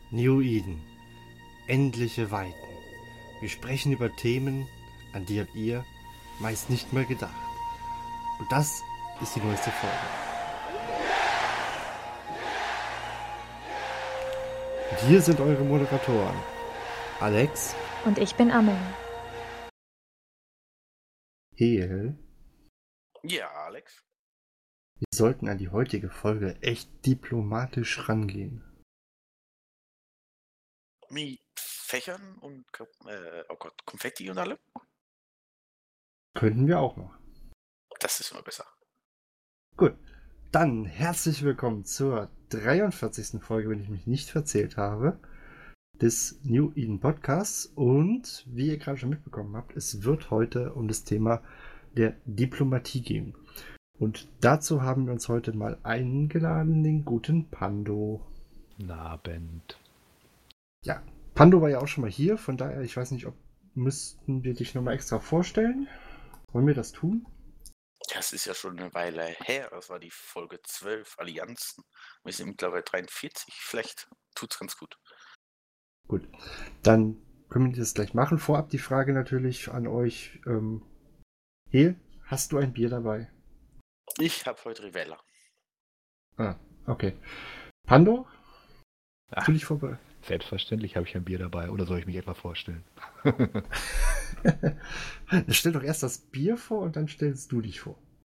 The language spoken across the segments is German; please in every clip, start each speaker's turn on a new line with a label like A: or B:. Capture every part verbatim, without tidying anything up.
A: New Eden. Endliche Weiten. Wir sprechen über Themen, an die habt ihr meist nicht mal gedacht. Und das ist die neueste Folge. Und hier sind eure Moderatoren. Alex.
B: Und ich bin Amel.
A: Hel.
C: Ja, Alex.
A: Wir sollten an die heutige Folge echt diplomatisch rangehen.
C: Mit Fächern und äh, oh Gott, Konfetti und allem?
A: Könnten wir auch noch.
C: Das ist immer besser.
A: Gut, dann herzlich willkommen zur dreiundvierzigsten Folge, wenn ich mich nicht verzählt habe, des New Eden Podcasts. Und wie ihr gerade schon mitbekommen habt, es wird heute um das Thema der Diplomatie gehen. Und dazu haben wir uns heute mal eingeladen, den guten Pando.
D: Guten Abend.
A: Ja, Pando war ja auch schon mal hier, von daher, ich weiß nicht, ob müssten wir dich nochmal extra vorstellen. Wollen wir das tun?
C: Das ist ja schon eine Weile her. Das war die Folge zwölf, Allianzen. Wir sind mittlerweile dreiundvierzig. Vielleicht tut's ganz gut.
A: Gut, dann können wir das gleich machen. Vorab die Frage natürlich an euch. Ähm, Hel, hast du ein Bier dabei?
C: Ich habe heute Rivella.
A: Ah, okay. Pando?
D: Ach,
A: Du dich vorbei?
D: selbstverständlich habe ich ein Bier dabei. Oder soll ich mich etwa vorstellen?
A: Stell doch erst das Bier vor und dann stellst du dich vor.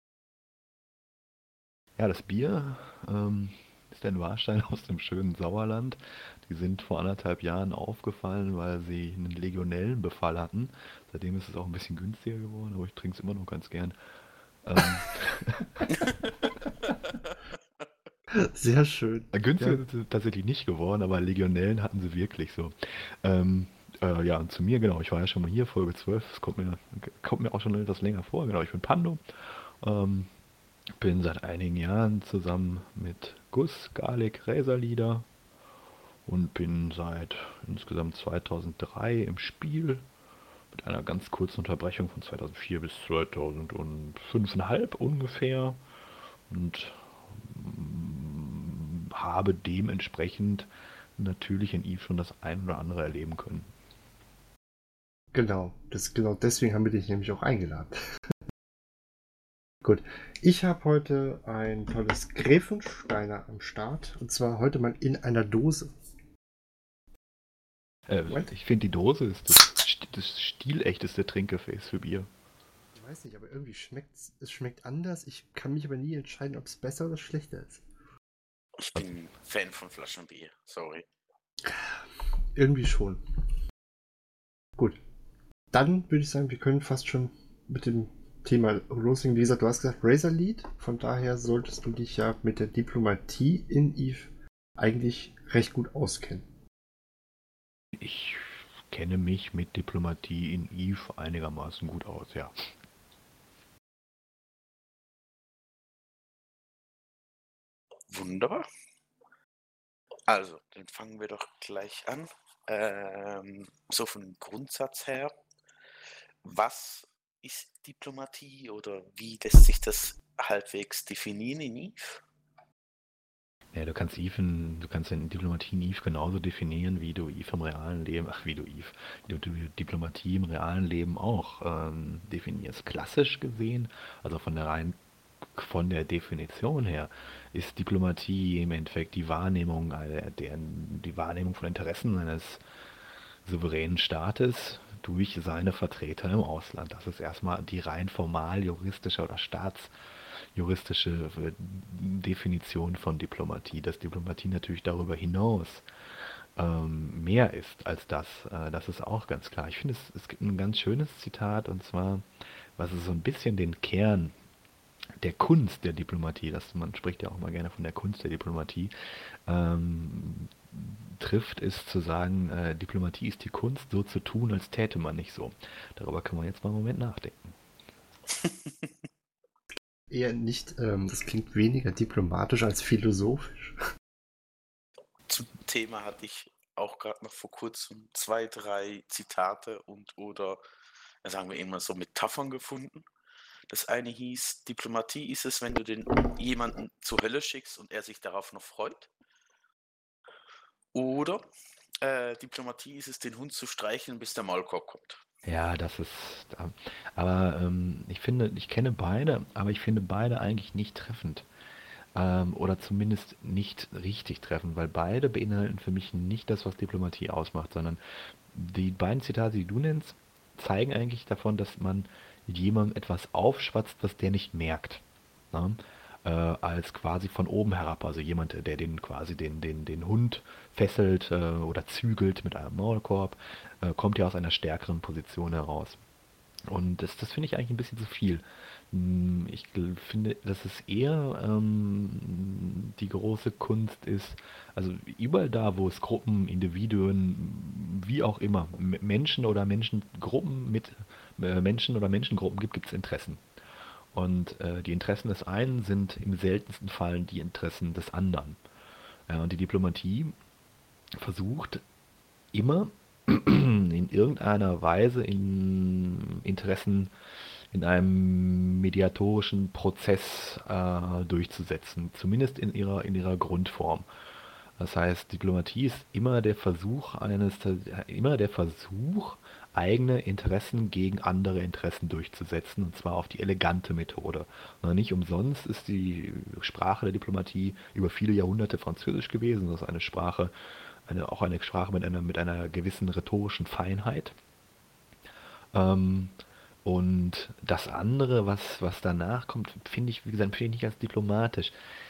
D: Ja, das Bier ähm, ist ein Warstein aus dem schönen Sauerland. Die sind vor anderthalb Jahren aufgefallen, weil sie einen Legionellenbefall hatten. Seitdem ist es auch ein bisschen günstiger geworden, aber ich trinke es immer noch ganz gern. Ähm,
A: Sehr schön.
D: günstiger
A: Ja.
D: sind sie tatsächlich nicht geworden, aber Legionellen hatten sie wirklich so. Ähm, äh, ja, und zu mir, genau, ich war ja schon mal hier, Folge zwölf, das kommt mir, kommt mir auch schon etwas länger vor. Genau, ich bin Pando. Ähm, bin seit einigen Jahren zusammen mit Gus, Garlic, Razorleader und bin seit insgesamt zweitausenddrei im Spiel mit einer ganz kurzen Unterbrechung von zweitausendvier bis zweitausendfünfeinhalb ungefähr und mm, habe dementsprechend natürlich in Eve schon das ein oder andere erleben können.
A: Genau, das, genau deswegen haben wir dich nämlich auch eingeladen. Gut, ich habe heute ein tolles Gräfensteiner am Start. Und zwar heute mal in einer Dose.
D: Äh,
A: What?
D: ich finde, die Dose ist das, st- das stilechteste Trinkgefäß für Bier.
A: Ich weiß nicht, aber irgendwie schmeckt es schmeckt anders. Ich kann mich aber nie entscheiden, ob es besser oder schlechter ist.
C: Ich bin Fan von Flaschenbier. Sorry.
A: Irgendwie schon. Gut. Dann würde ich sagen, wir können fast schon mit dem Thema loslegen. Wie gesagt, du hast gesagt Razorlead. Von daher solltest du dich ja mit der Diplomatie in Eve eigentlich recht gut auskennen.
D: Ich kenne mich mit Diplomatie in Eve einigermaßen gut aus, ja.
C: Wunderbar. Also, dann fangen wir doch gleich an. Ähm, so vom Grundsatz her. Was ist Diplomatie oder wie lässt sich das halbwegs definieren in Eve?
D: Ja, du kannst Eve in, du kannst in Diplomatie in Eve genauso definieren, wie du Eve im realen Leben, ach wie du Eve, wie du die Diplomatie im realen Leben auch ähm, definierst. Klassisch gesehen, also von der rein von der Definition her, ist Diplomatie im Endeffekt die Wahrnehmung, äh, der, die Wahrnehmung von Interessen eines souveränen Staates durch seine Vertreter im Ausland. Das ist erstmal die rein formal juristische oder staatsjuristische äh, Definition von Diplomatie. Dass Diplomatie natürlich darüber hinaus ähm, mehr ist als das. Äh, das ist auch ganz klar. Ich finde, es, es gibt ein ganz schönes Zitat und zwar, was es so ein bisschen den Kern der Kunst der Diplomatie, das, man spricht ja auch mal gerne von der Kunst der Diplomatie, ähm, trifft, ist zu sagen, äh, Diplomatie ist die Kunst, so zu tun, als täte man nicht so. Darüber kann man jetzt mal einen Moment nachdenken.
A: Eher nicht, ähm, das klingt weniger diplomatisch als philosophisch.
C: Zum Thema hatte ich auch gerade noch vor kurzem zwei, drei Zitate und oder, sagen wir immer so Metaphern gefunden. Das eine hieß, Diplomatie ist es, wenn du den jemanden zur Hölle schickst und er sich darauf noch freut. Oder äh, Diplomatie ist es, den Hund zu streicheln, bis der Maulkorb kommt.
D: Ja, das ist. ähm, Aber ähm, ich finde, ich kenne beide, aber ich finde beide eigentlich nicht treffend. Ähm, oder zumindest nicht richtig treffend, weil beide beinhalten für mich nicht das, was Diplomatie ausmacht, sondern die beiden Zitate, die du nennst, zeigen eigentlich davon, dass man jemandem etwas aufschwatzt, was der nicht merkt. Ne? Äh, als quasi von oben herab, also jemand, der den quasi den, den, den Hund fesselt äh, oder zügelt mit einem Maulkorb, äh, kommt ja aus einer stärkeren Position heraus. Und das, das finde ich eigentlich ein bisschen zu viel. Hm, Ich gl- finde, dass es eher ähm, die große Kunst ist, also überall da, wo es Gruppen, Individuen, wie auch immer, M- Menschen oder Menschengruppen mit äh, Menschen oder Menschengruppen gibt, gibt es Interessen. Und äh, die Interessen des einen sind im seltensten Fall die Interessen des anderen. Ja, und die Diplomatie versucht immer in irgendeiner Weise in Interessen in einem mediatorischen Prozess äh, durchzusetzen, zumindest in ihrer, in ihrer Grundform. Das heißt, Diplomatie ist immer der Versuch eines, immer der Versuch, eigene Interessen gegen andere Interessen durchzusetzen, und zwar auf die elegante Methode. Und nicht umsonst ist die Sprache der Diplomatie über viele Jahrhunderte Französisch gewesen. Das ist eine Sprache, eine, auch eine Sprache mit einer, mit einer gewissen rhetorischen Feinheit. Ähm, und das andere, was, was danach kommt, finde ich, wie gesagt, finde ich nicht als diplomatisch,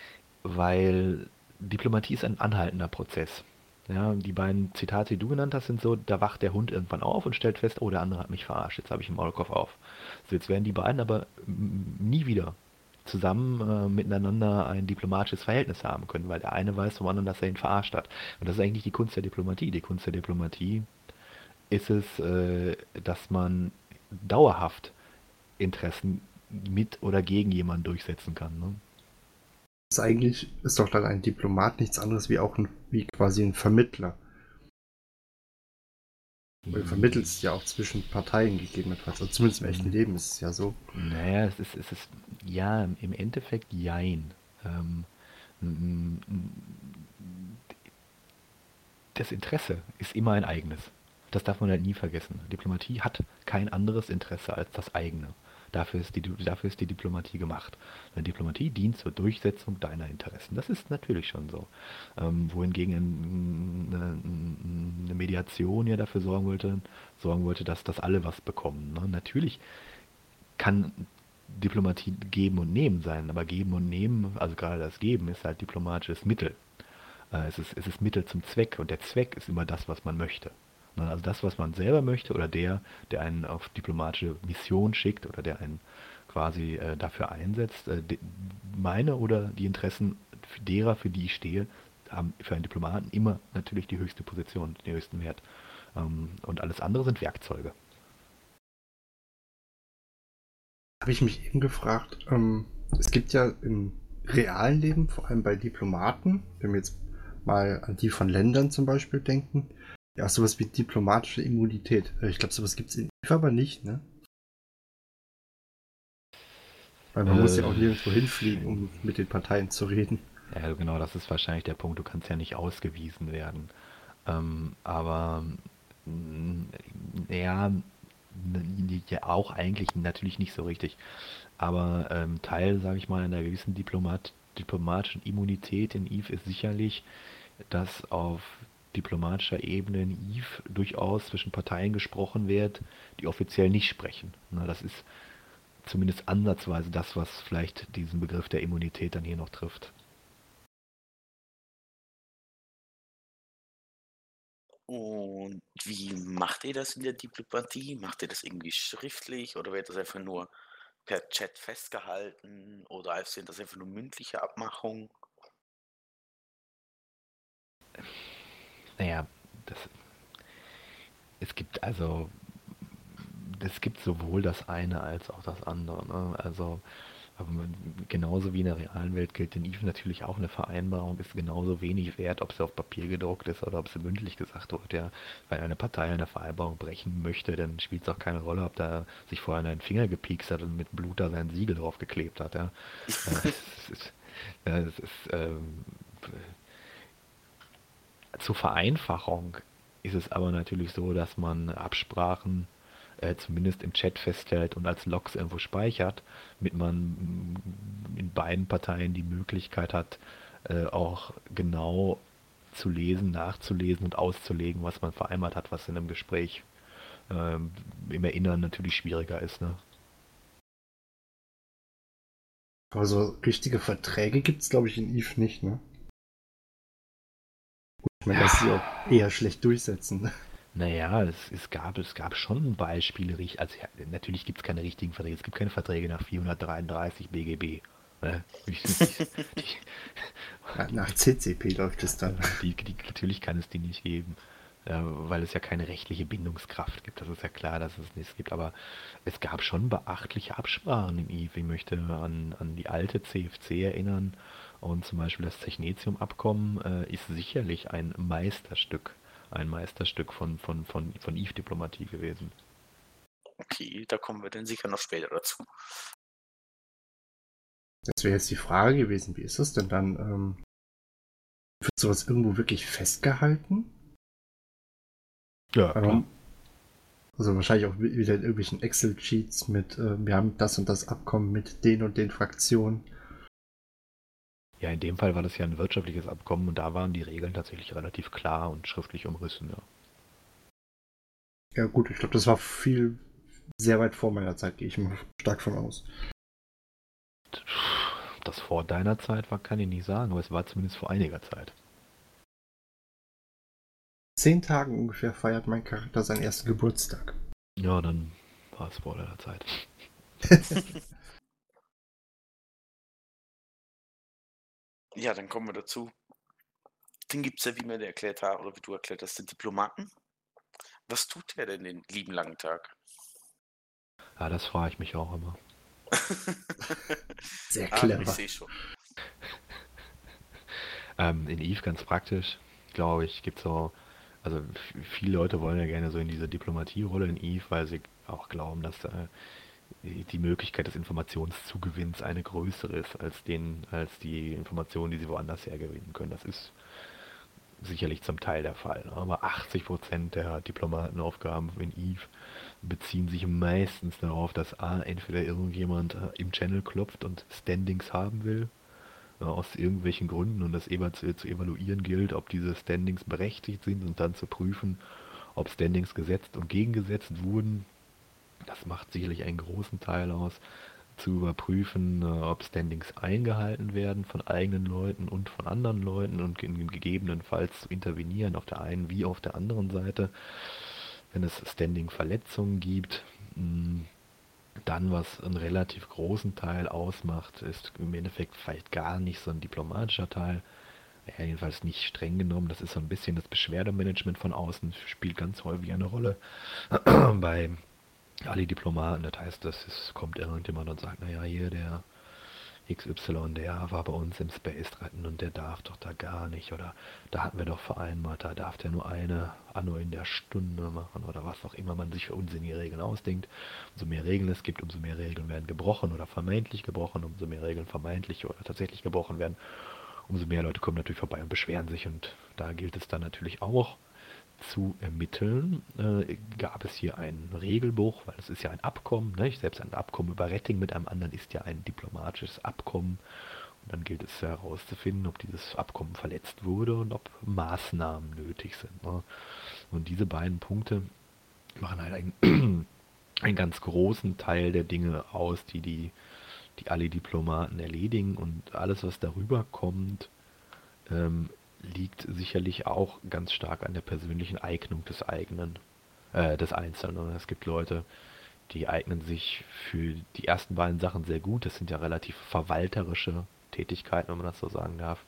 D: weil Diplomatie ist ein anhaltender Prozess. Ja, die beiden Zitate, die du genannt hast, sind so, da wacht der Hund irgendwann auf und stellt fest, oh, der andere hat mich verarscht, jetzt habe ich einen Maulkorb auf. So, jetzt werden die beiden aber mm, nie wieder zusammen äh, miteinander ein diplomatisches Verhältnis haben können, weil der eine weiß vom anderen, dass er ihn verarscht hat. Und das ist eigentlich die Kunst der Diplomatie. Die Kunst der Diplomatie ist es, äh, dass man dauerhaft Interessen mit oder gegen jemanden durchsetzen kann. Ne?
A: Das eigentlich ist doch dann ein Diplomat nichts anderes wie auch ein, wie quasi ein Vermittler. Weil du vermittelst ja auch zwischen Parteien gegebenenfalls. Also zumindest im echten Leben ist es ja so.
D: Naja, es ist, es ist, ja, im Endeffekt jein. Ähm, m- m- das Interesse ist immer ein eigenes. Das darf man halt nie vergessen. Diplomatie hat kein anderes Interesse als das eigene. Dafür ist die, dafür ist die Diplomatie gemacht. Eine Diplomatie dient zur Durchsetzung deiner Interessen. Das ist natürlich schon so. Ähm, wohingegen ein- eine, eine Mediation ja dafür sorgen wollte, sorgen wollte, dass das alle was bekommen. Ne? Natürlich kann Diplomatie geben und nehmen sein, aber geben und nehmen, also gerade das Geben ist halt diplomatisches Mittel. Äh, es ist, es ist Mittel zum Zweck, und der Zweck ist immer das, was man möchte. Ne, also das, was man selber möchte, oder der, der einen auf diplomatische Mission schickt oder der einen quasi äh, dafür einsetzt, äh, de, meine oder die Interessen derer, für die ich stehe, haben für einen Diplomaten immer natürlich die höchste Position, den höchsten Wert. Ähm, und alles andere sind Werkzeuge.
A: Habe ich mich eben gefragt, ähm, es gibt ja im realen Leben, vor allem bei Diplomaten, wenn wir jetzt mal an die von Ländern zum Beispiel denken, ja, sowas wie diplomatische Immunität. Äh, Ich glaube, sowas gibt es in I F aber nicht, ne? Weil man muss ja auch
D: Äh,
A: nirgendwo hinfliegen, um mit den Parteien zu reden.
D: ja, genau, das ist wahrscheinlich der Punkt. Du kannst ja nicht ausgewiesen werden. Ähm, aber mm, ja, n- ja, auch eigentlich natürlich nicht so richtig. Aber ähm, Teil, sage ich mal, einer gewissen Diplomat, diplomatischen Immunität in I F ist sicherlich, dass auf diplomatischer Ebene in I F durchaus zwischen Parteien gesprochen wird, die offiziell nicht sprechen. Na, das ist zumindest ansatzweise das, was vielleicht diesen Begriff der Immunität dann hier noch trifft.
C: Und wie macht ihr das in der Diplomatie? Macht ihr das irgendwie schriftlich oder wird das einfach nur per Chat festgehalten oder sind das einfach nur mündliche Abmachungen?
D: Naja, das, es gibt also, es gibt sowohl das eine als auch das andere. Ne? Also aber man- genauso wie in der realen Welt gilt in I F natürlich auch, eine Vereinbarung ist genauso wenig wert, ob sie auf Papier gedruckt ist oder ob sie mündlich gesagt wird. Ja, wenn eine Partei eine Vereinbarung brechen möchte, dann spielt es auch keine Rolle, ob da sich vorher einen Finger gepiekst hat und mit Blut da sein Siegel drauf geklebt hat. Ja. Äh, es ist, ja, es ist ähm, zur Vereinfachung ist es aber natürlich so, dass man Absprachen äh, zumindest im Chat festhält und als Logs irgendwo speichert, damit man mm, in beiden Parteien die Möglichkeit hat, äh, auch genau zu lesen, nachzulesen und auszulegen, was man vereinbart hat, was in einem Gespräch ähm, im Erinnern natürlich schwieriger ist. Ne?
A: Aber so richtige Verträge gibt es, glaube ich, in Eve nicht, ne? Gut, ich meine, dass sie auch eher schlecht durchsetzen.
D: Naja, es, es gab, es gab schon Beispiele, rich- also ja, natürlich gibt es keine richtigen Verträge, es gibt keine Verträge nach vierhundertdreiunddreißig B G B. Ne? Die, die,
A: Ja, nach C C P läuft es dann.
D: die, die, natürlich kann es die nicht geben, äh, weil es ja keine rechtliche Bindungskraft gibt. Das ist ja klar, dass es nichts gibt, aber es gab schon beachtliche Absprachen in Eve. Ich möchte an, an die alte C F C erinnern und zum Beispiel das Technetium-Abkommen äh, ist sicherlich ein Meisterstück, ein Meisterstück von, von, von, von Eve-Diplomatie gewesen.
C: Okay, da kommen wir dann sicher noch später dazu.
A: Das wäre jetzt die Frage gewesen, wie ist das denn dann? Ähm, wird sowas irgendwo wirklich festgehalten?
D: Ja, klar.
A: Ähm, also wahrscheinlich auch wieder in irgendwelchen Excel-Sheets mit, äh, wir haben das und das Abkommen mit den und den Fraktionen.
D: Ja, in dem Fall war das ja ein wirtschaftliches Abkommen und da waren die Regeln tatsächlich relativ klar und schriftlich umrissen. Ja,
A: Ja gut, ich glaube, das war viel, sehr weit vor meiner Zeit, gehe ich mal stark von aus.
D: das vor deiner Zeit war, kann ich nicht sagen, aber es war zumindest vor einiger Zeit.
A: Zehn Tagen ungefähr feiert mein Charakter seinen ersten Geburtstag.
D: Ja, dann war es vor deiner Zeit.
C: Ja, dann kommen wir dazu. Dann gibt es ja, wie mir der erklärt hat, oder wie du erklärt hast, den Diplomaten. Was tut der denn den lieben langen Tag?
D: Ja, das frage ich mich auch immer.
A: Sehr
C: Ah,
A: clever.
C: ich sehe schon.
D: Ähm, in Eve ganz praktisch, glaube ich, gibt es so, also f- viele Leute wollen ja gerne so in diese Diplomatierolle in Eve, weil sie auch glauben, dass äh, die die Möglichkeit des Informationszugewinns eine größere ist als den, als die Informationen, die sie woanders her gewinnen können. Das ist sicherlich zum Teil der Fall. Ne? Aber achtzig Prozent der Diplomatenaufgaben in Eve beziehen sich meistens darauf, dass A, entweder irgendjemand äh, im Channel klopft und Standings haben will, äh, aus irgendwelchen Gründen und das eben zu, zu evaluieren gilt, ob diese Standings berechtigt sind und dann zu prüfen, ob Standings gesetzt und gegengesetzt wurden. Das macht sicherlich einen großen Teil aus. Zu überprüfen, äh, ob Standings eingehalten werden von eigenen Leuten und von anderen Leuten und in, gegebenenfalls zu intervenieren auf der einen wie auf der anderen Seite, wenn es Standing-Verletzungen gibt. Mh, Dann, was einen relativ großen Teil ausmacht, ist im Endeffekt vielleicht gar nicht so ein diplomatischer Teil. Ja, jedenfalls nicht streng genommen. Das ist so ein bisschen das Beschwerdemanagement von außen, spielt ganz häufig eine Rolle bei alle Diplomaten. Das heißt, dass es kommt irgendjemand und sagt, naja, hier der X Y, der war bei uns im Space drin und der darf doch da gar nicht. Oder da hatten wir doch vereinbart, da darf der nur eine Anno in der Stunde machen oder was auch immer man sich für unsinnige Regeln ausdenkt. Umso mehr Regeln es gibt, umso mehr Regeln werden gebrochen oder vermeintlich gebrochen, umso mehr Regeln vermeintlich oder tatsächlich gebrochen werden. Umso mehr Leute kommen natürlich vorbei und beschweren sich und da gilt es dann natürlich auch zu ermitteln, äh, gab es hier einen Regelbruch, weil es ist ja ein Abkommen, ne? Selbst ein Abkommen über Retting mit einem anderen ist ja ein diplomatisches Abkommen. Und dann gilt es herauszufinden, ob dieses Abkommen verletzt wurde und ob Maßnahmen nötig sind. Ne? Und diese beiden Punkte machen halt einen, einen ganz großen Teil der Dinge aus, die, die, die alle Diplomaten erledigen. Und alles, was darüber kommt, ähm, liegt sicherlich auch ganz stark an der persönlichen Eignung des eigenen, äh, des Einzelnen. Es gibt Leute, die eignen sich für die ersten beiden Sachen sehr gut. Das sind ja relativ verwalterische Tätigkeiten, wenn man das so sagen darf.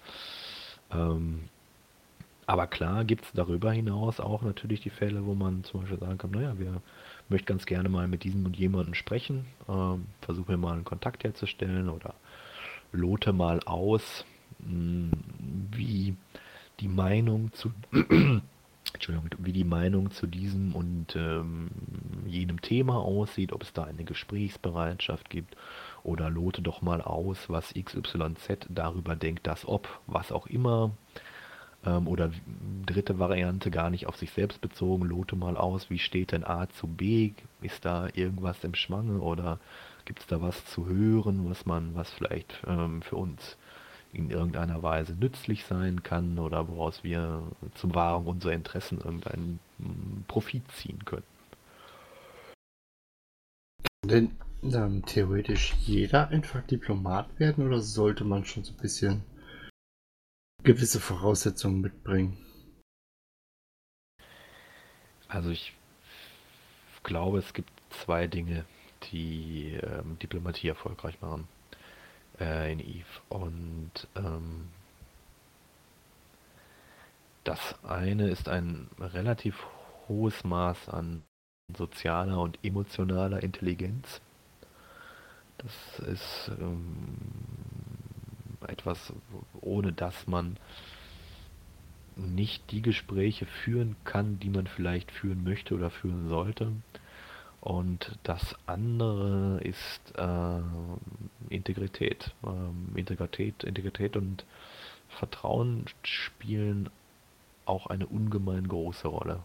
D: Ähm, aber klar gibt es darüber hinaus auch natürlich die Fälle, wo man zum Beispiel sagen kann, naja, wir möchten ganz gerne mal mit diesem und jemandem sprechen, ähm, versuchen wir mal einen Kontakt herzustellen oder lote mal aus, mh, wie die Meinung zu, Entschuldigung, wie die Meinung zu diesem und ähm, jenem Thema aussieht, ob es da eine Gesprächsbereitschaft gibt oder lote doch mal aus, was X Y Z darüber denkt, dass ob, was auch immer. Ähm, oder w- dritte Variante, gar nicht auf sich selbst bezogen, lote mal aus, wie steht denn A zu B? Ist da irgendwas im Schwange oder gibt es da was zu hören, was man, was vielleicht ähm, für uns in irgendeiner Weise nützlich sein kann oder woraus wir zum Wahrung unserer Interessen irgendeinen mm, Profit ziehen können?
A: Denn ähm, theoretisch jeder einfach Diplomat werden oder sollte man schon so ein bisschen gewisse Voraussetzungen mitbringen?
D: Also ich glaube, es gibt zwei Dinge, die ähm, Diplomatie erfolgreich machen äh, in Eve. Und ähm, das eine ist ein relativ hohes Maß an sozialer und emotionaler Intelligenz. Das ist ähm, etwas, ohne das man nicht die Gespräche führen kann, die man vielleicht führen möchte oder führen sollte. Und das andere ist äh, Integrität. Ähm, Integrität. Integrität und Vertrauen spielen auch eine ungemein große Rolle.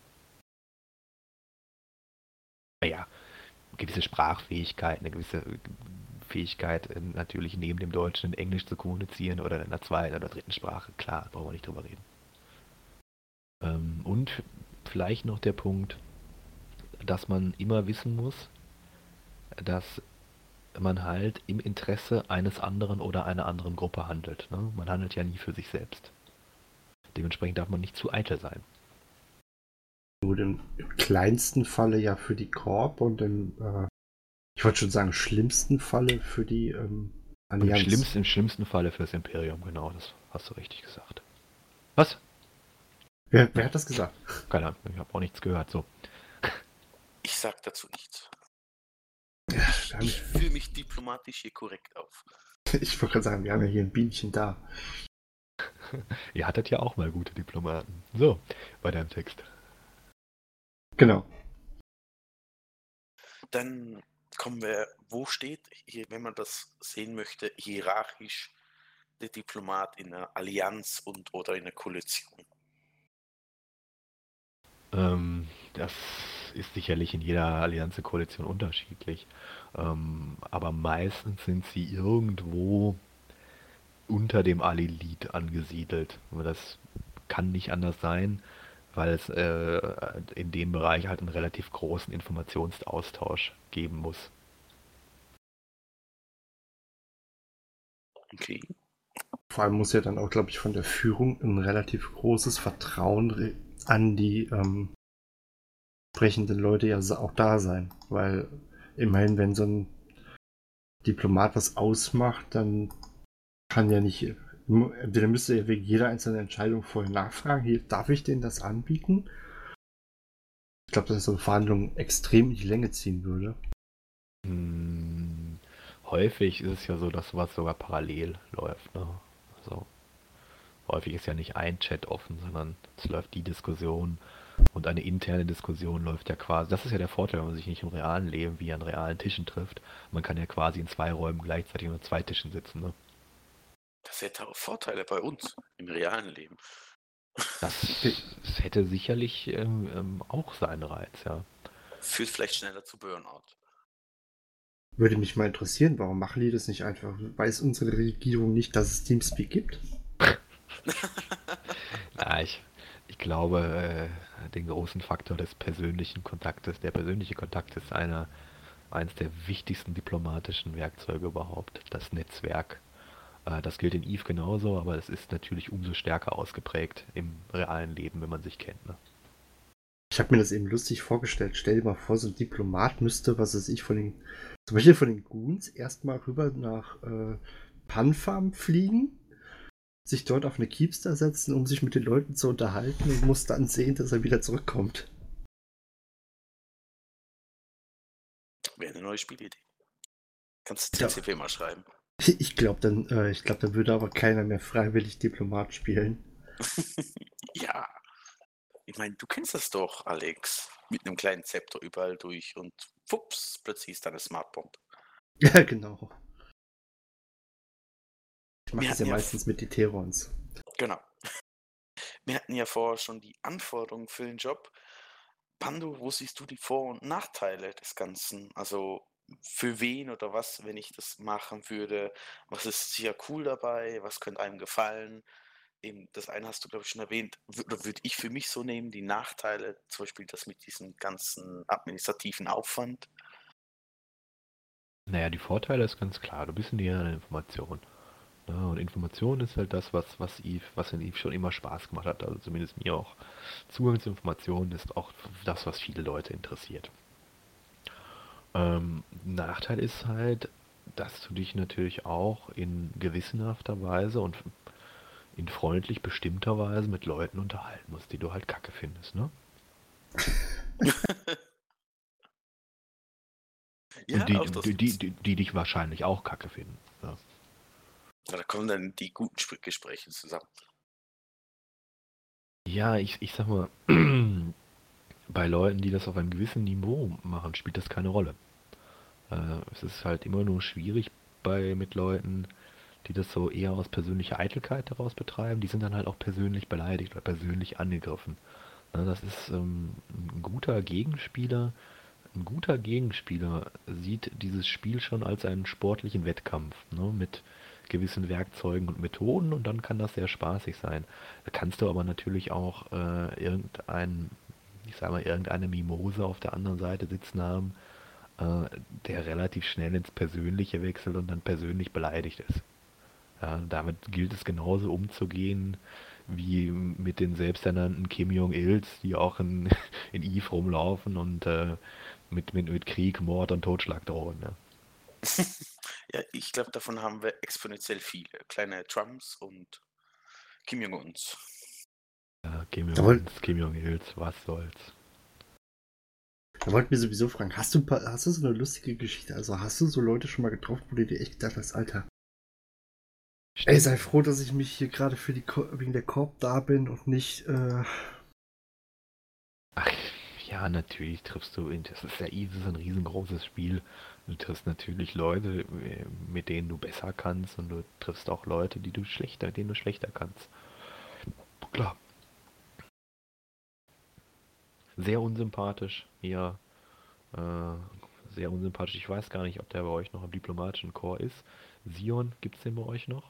D: Naja, gewisse Sprachfähigkeit, eine gewisse Fähigkeit, äh, natürlich neben dem Deutschen in Englisch zu kommunizieren oder in einer zweiten oder dritten Sprache, klar, brauchen wir nicht drüber reden. Ähm, und vielleicht noch der Punkt, dass man immer wissen muss, dass man halt im Interesse eines anderen oder einer anderen Gruppe handelt. Ne? Man handelt ja nie für sich selbst. Dementsprechend darf man nicht zu eitel sein.
A: Gut, im, im kleinsten Falle ja für die Korb und im, äh, ich wollte schon sagen, schlimmsten Falle für die ähm,
D: Und im
A: Allianz.
D: schlimmsten, im schlimmsten Falle fürs Imperium, genau, das hast du richtig gesagt. Was?
A: Wer, wer hat das gesagt?
D: Keine Ahnung, ich habe auch nichts gehört. So.
C: Ich sag dazu nichts.
A: Ja, wir haben,
C: Ich fühle mich diplomatisch hier korrekt auf.
A: ich wollte gerade sagen, wir haben ja hier ein Bienchen da.
D: Ihr hattet ja auch mal gute Diplomaten. So, bei deinem Text.
A: Genau.
C: Dann kommen wir, wo steht hier, wenn man das sehen möchte, hierarchisch der Diplomat in einer Allianz und oder in einer Koalition?
D: Ähm, das ist sicherlich in jeder Allianz-Koalition unterschiedlich. Ähm, aber meistens sind sie irgendwo unter dem Allilit angesiedelt. Aber das kann nicht anders sein, weil es äh, in dem Bereich halt einen relativ großen Informationsaustausch geben muss.
C: Okay.
A: Vor allem muss ja dann auch, glaube ich, von der Führung ein relativ großes Vertrauen re- an die ähm, sprechenden Leute ja sa- auch da sein. Weil immerhin, wenn so ein Diplomat was ausmacht, dann kann ja nicht. Entweder müsste er wegen jeder einzelnen Entscheidung vorher nachfragen, hier, darf ich denen das anbieten? Ich glaube, dass so eine Verhandlung extrem in die Länge ziehen würde.
D: Hm, häufig ist es ja so, dass sowas sogar parallel läuft. Ne? Also häufig ist ja nicht ein Chat offen, sondern es läuft die Diskussion und eine interne Diskussion läuft ja quasi. Das ist ja der Vorteil, wenn man sich nicht im realen Leben wie an realen Tischen trifft. Man kann ja quasi in zwei Räumen gleichzeitig an zwei Tischen sitzen. Ne?
C: Das hätte auch Vorteile bei uns im realen Leben.
D: Das hätte sicherlich ähm, ähm, auch seinen Reiz, ja.
C: Führt vielleicht schneller zu Burnout.
A: Würde mich mal interessieren, warum machen die das nicht einfach? Weiß unsere Regierung nicht, dass es Teamspeak gibt?
D: Na, ich, ich glaube, äh, den großen Faktor des persönlichen Kontaktes, der persönliche Kontakt ist einer, eines der wichtigsten diplomatischen Werkzeuge überhaupt, das Netzwerk. Äh, das gilt in Eve genauso, aber es ist natürlich umso stärker ausgeprägt im realen Leben, wenn man sich kennt. Ne?
A: Ich habe mir das eben lustig vorgestellt. Stell dir mal vor, so ein Diplomat müsste, was weiß ich, von den, zum Beispiel von den Goons erstmal rüber nach äh, Panfarm fliegen, sich dort auf eine Keepster setzen, um sich mit den Leuten zu unterhalten und muss dann sehen, dass er wieder zurückkommt.
C: Wäre eine neue Spielidee. Kannst du
A: Ja.
C: C C W mal schreiben.
A: Ich glaube, dann, äh, ich glaube, dann würde aber keiner mehr freiwillig Diplomat spielen.
C: Ja. Ich meine, du kennst das doch, Alex. Mit einem kleinen Zepter überall durch und fups, plötzlich ist da eine Smartbomb.
A: Ja, genau. Ich mache
C: Wir
A: das ja
C: hatten ja
A: meistens mit den Terrons.
C: Genau. Wir hatten ja vorher schon die Anforderungen für den Job. Pando, wo siehst du die Vor- und Nachteile des Ganzen? Also für wen oder was, wenn ich das machen würde? Was ist sicher cool dabei? Was könnte einem gefallen? Eben, das eine hast du, glaube ich, schon erwähnt. Wür- Oder würde ich für mich so nehmen, die Nachteile, zum Beispiel das mit diesem ganzen administrativen Aufwand.
D: Naja, die Vorteile ist ganz klar, du bist in der Information. Ne? Und Information ist halt das, was, was Eve, was in Eve schon immer Spaß gemacht hat, also zumindest mir auch. Zugang zu Informationen ist auch das, was viele Leute interessiert. Ähm, Nachteil ist halt, dass du dich natürlich auch in gewissenhafter Weise und in freundlich bestimmter Weise mit Leuten unterhalten musst, die du halt kacke findest, ne?
C: Ja,
D: Und die,
C: auch das
D: die, die,
C: gibt's.
D: die, die dich wahrscheinlich auch kacke finden. Ja.
C: Da kommen dann die guten Spr- Gespräche zusammen.
D: Ja, ich, ich sag mal, bei Leuten, die das auf einem gewissen Niveau machen, spielt das keine Rolle. Äh, es ist halt immer nur schwierig bei mit Leuten, die das so eher aus persönlicher Eitelkeit heraus betreiben. Die sind dann halt auch persönlich beleidigt oder persönlich angegriffen. Ne, das ist ähm, ein guter Gegenspieler. Ein guter Gegenspieler sieht dieses Spiel schon als einen sportlichen Wettkampf, ne, mit gewissen Werkzeugen und Methoden und dann kann das sehr spaßig sein. Da kannst du aber natürlich auch äh, irgendein, ich sag mal, irgendeine Mimose auf der anderen Seite sitzen haben, äh, der relativ schnell ins Persönliche wechselt und dann persönlich beleidigt ist. Ja, damit gilt es genauso umzugehen wie mit den selbsternannten Kim Jong-ils, die auch in, in Eve rumlaufen und äh, mit, mit, mit Krieg, Mord und Totschlag drohen. Ne?
C: Ja, ich glaube, davon haben wir exponentiell viele. Kleine Trumps und Kim Jong-uns.
D: Ja, Kim
A: Da, wollt,
D: Jong-uns, Kim Jong-ils, was soll's.
A: da wollten wir sowieso fragen, hast du, ein paar, hast du so eine lustige Geschichte? Also hast du so Leute schon mal getroffen, wo du dir echt gedacht hast, Alter, ey, sei froh, dass ich mich hier gerade für die Ko wegen der Korb da bin und nicht, äh,
D: Ach, ja, natürlich triffst du, in- das ist ja Eve, ist ein riesengroßes Spiel. Du triffst natürlich Leute, äh, mit denen du besser kannst und du triffst auch Leute, die du schlechter, denen du schlechter kannst. Klar. Sehr unsympathisch, ja, äh, sehr unsympathisch. Ich weiß gar nicht, ob der bei euch noch im diplomatischen Korps ist. Sion, gibt's den bei euch noch?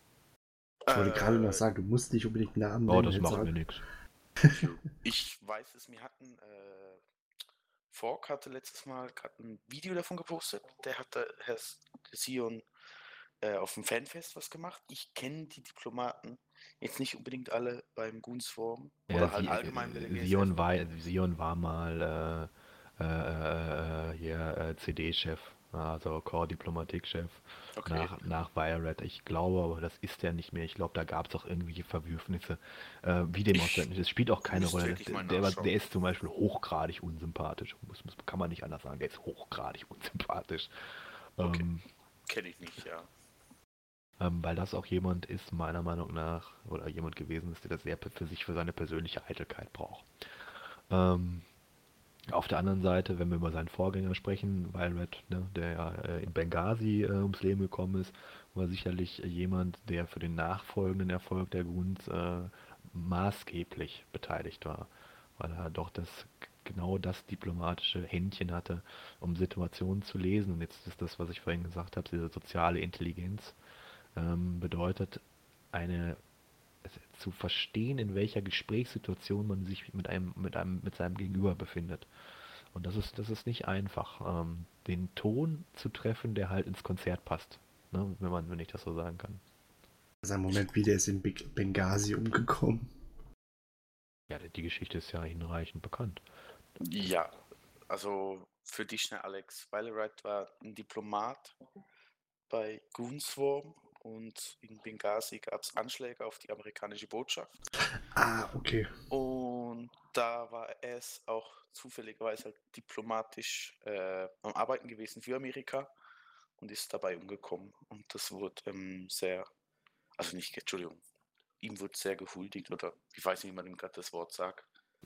A: ich wollte gerade noch
C: Äh,
A: sagen, du musst nicht unbedingt Namen
D: Oh,
A: nennen,
D: das
A: hättest
D: macht mir
A: halt.
D: nichts.
C: true. Ich weiß es, wir hatten, äh, Fork hatte letztes Mal gerade ein Video davon gepostet. Der hatte Herr S- Sion äh, auf dem Fanfest was gemacht. Ich kenne die Diplomaten jetzt nicht unbedingt alle beim Goons Forum
D: Ja,
C: oder halt
D: Sie,
C: allgemein bei der
D: äh,
C: G S F.
D: Sion war, Sion war mal äh, äh, äh, hier äh, C D-Chef, also Core-Diplomatik-Chef
C: Okay,
D: nach, nach Violet. Ich glaube, aber das ist er nicht mehr. Ich glaube, da gab es auch irgendwelche Verwürfnisse. Äh, wie dem auch sei,
C: ich
D: das spielt auch keine
C: müsste
D: Rolle.
C: wirklich
D: Der,
C: mal
D: der, war- der
C: nachschauen.
D: ist zum Beispiel hochgradig unsympathisch. Muss, muss, kann man nicht anders sagen. Der ist hochgradig unsympathisch.
C: Okay,
D: Ähm,
C: kenne ich nicht, ja.
D: ähm, weil das auch jemand ist, meiner Meinung nach, oder jemand gewesen ist, der das sehr für sich, für seine persönliche Eitelkeit braucht. Ähm, auf der anderen Seite, wenn wir über seinen Vorgänger sprechen, Violet, ne, der ja äh, in Benghazi äh, ums Leben gekommen ist, war sicherlich äh, jemand, der für den nachfolgenden Erfolg der Goons äh, maßgeblich beteiligt war, weil er doch das genau das diplomatische Händchen hatte, um Situationen zu lesen. Und jetzt ist das, was ich vorhin gesagt habe, diese soziale Intelligenz ähm, bedeutet eine zu verstehen, in welcher Gesprächssituation man sich mit einem, mit einem, mit seinem Gegenüber befindet. Und das ist, das ist nicht einfach, ähm, den Ton zu treffen, der halt ins Konzert passt. Ne? Wenn man, wenn ich das so sagen kann.
A: Sein
C: Ich,
A: Moment, wie der ist in Big Benghazi umgekommen.
D: Ja, die Geschichte ist ja hinreichend bekannt.
C: ja, also für dich schnell, Alex. Violet war ein Diplomat bei Goonswarm und in Benghazi gab es Anschläge auf die amerikanische Botschaft.
A: Ah, okay.
C: Und da war es auch zufälligerweise halt diplomatisch äh, am Arbeiten gewesen für Amerika und ist dabei umgekommen. Und das wurde ähm, sehr, also nicht, Entschuldigung, ihm wurde sehr gehuldigt oder ich weiß nicht, wie man ihm gerade das Wort sagt.